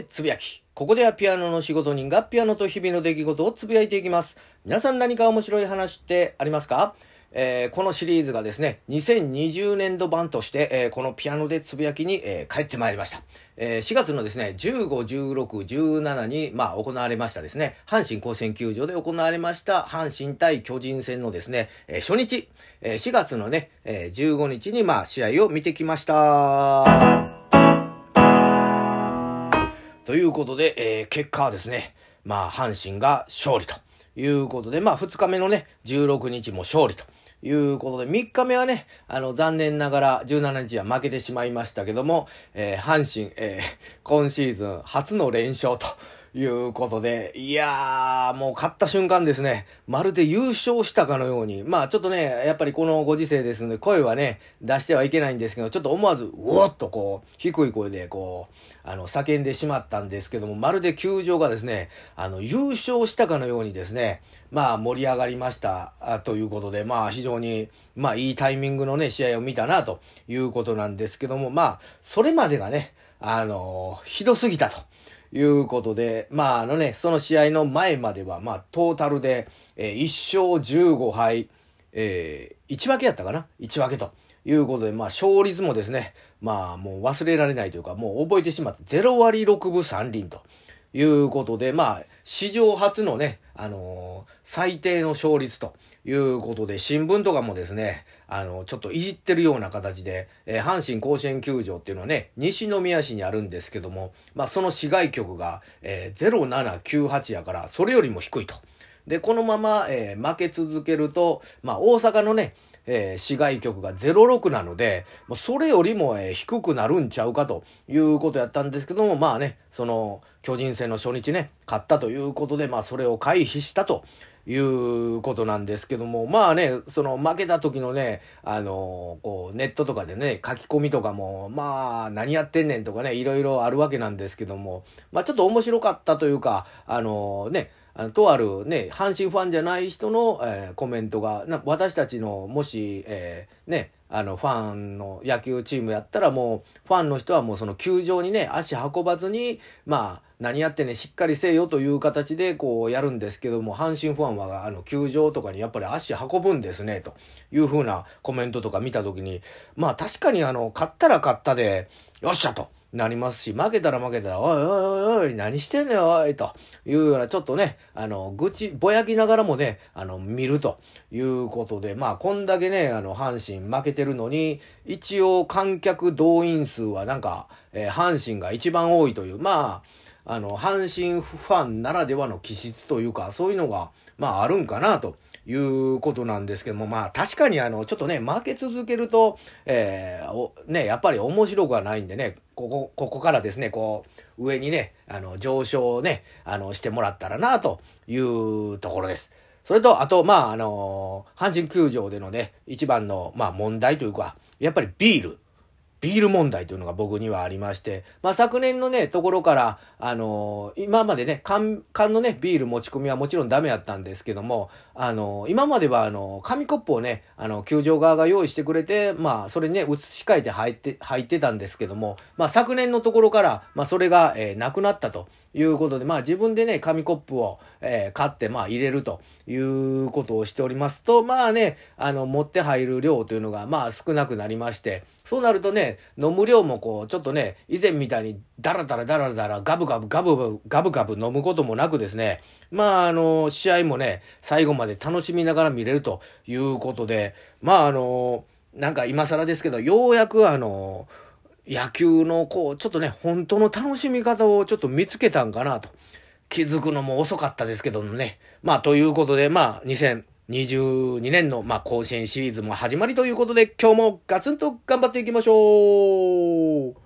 でつぶやき。ここではピアノの仕事人がピアノと日々の出来事をつぶやいていきます。皆さん何か面白い話ってありますか？このシリーズがですね、2020年度版として、このピアノでつぶやきに、帰ってまいりました。4月のですね、15、16、17に、行われましたですね、阪神甲子園球場で行われました阪神対巨人戦のですね、初日、4月のね、15日に試合を見てきました。ということで、結果はですね、阪神が勝利ということで、2日目のね、16日も勝利ということで、3日目はね、残念ながら17日は負けてしまいましたけども、阪神、今シーズン初の連勝ということで、いやー、もう勝った瞬間ですね、まるで優勝したかのように、ちょっとね、やっぱりこのご時世ですので、声はね、出してはいけないんですけど、ちょっと思わず、うおっと低い声で叫んでしまったんですけども、まるで球場がですね、優勝したかのようにですね、盛り上がりましたということで、非常に、いいタイミングのね、試合を見たなということなんですけども、それまでがね、ひどすぎたということで、その試合の前までは、トータルで、1勝15敗、1分けやったかな ?1 分けということで、勝率もですね、もう忘れられないというか、もう覚えてしまって、0割6分3厘ということで、史上初のね、最低の勝率ということで、新聞とかもですね、ちょっといじってるような形で、阪神甲子園球場っていうのはね、西宮市にあるんですけども、その市街局が、0798やから、それよりも低いと。で、このまま、負け続けると、大阪のね、市街局が06なので、それよりも、低くなるんちゃうかということやったんですけども、その巨人戦の初日ね、勝ったということで、それを回避したということなんですけども、その負けた時のね、ネットとかでね、書き込みとかも、何やってんねんとかね、いろいろあるわけなんですけども、ちょっと面白かったというか、とあるね、阪神ファンじゃない人の、コメントが、私たちの、もし、ファンの野球チームやったらもう、ファンの人はもうその球場にね、足運ばずに、何やってね、しっかりせえよという形でやるんですけども、阪神ファンは、球場とかにやっぱり足運ぶんですね、というふうなコメントとか見たときに、確かに勝ったら勝ったで、よっしゃと。なりますし、負けたら負けたら、おいおいおいおい、何してんねんおい、というような、ちょっとね、ぼやきながらもね、見るということで、こんだけね、阪神負けてるのに、一応観客動員数は阪神が一番多いという、阪神ファンならではの気質というか、そういうのが、あるんかな、ということなんですけども、確かにちょっとね、負け続けると、やっぱり面白くはないんでね、ここからですね、上にね、上昇をね、してもらったらな、というところです。それと、あと、阪神球場でのね、一番の、問題というか、やっぱりビール問題というのが僕にはありまして、昨年のね、ところから、今までね、缶のね、ビール持ち込みはもちろんダメやったんですけども、今までは紙コップをね、球場側が用意してくれて、それにね、移し替えて入ってたんですけども、昨年のところから、それが、なくなったということで、自分でね、紙コップを、買って、入れるということをしておりますと、持って入る量というのが、少なくなりまして、そうなるとね、飲む量もちょっとね、以前みたいにダラダラガブガブ飲むこともなくですね、試合もね、最後まで楽しみながら見れるということで、今更ですけど、ようやく野球のちょっとね、本当の楽しみ方をちょっと見つけたんかなと。気づくのも遅かったですけどもね。ということで、2022年の、甲子園シリーズも始まりということで、今日もガツンと頑張っていきましょう。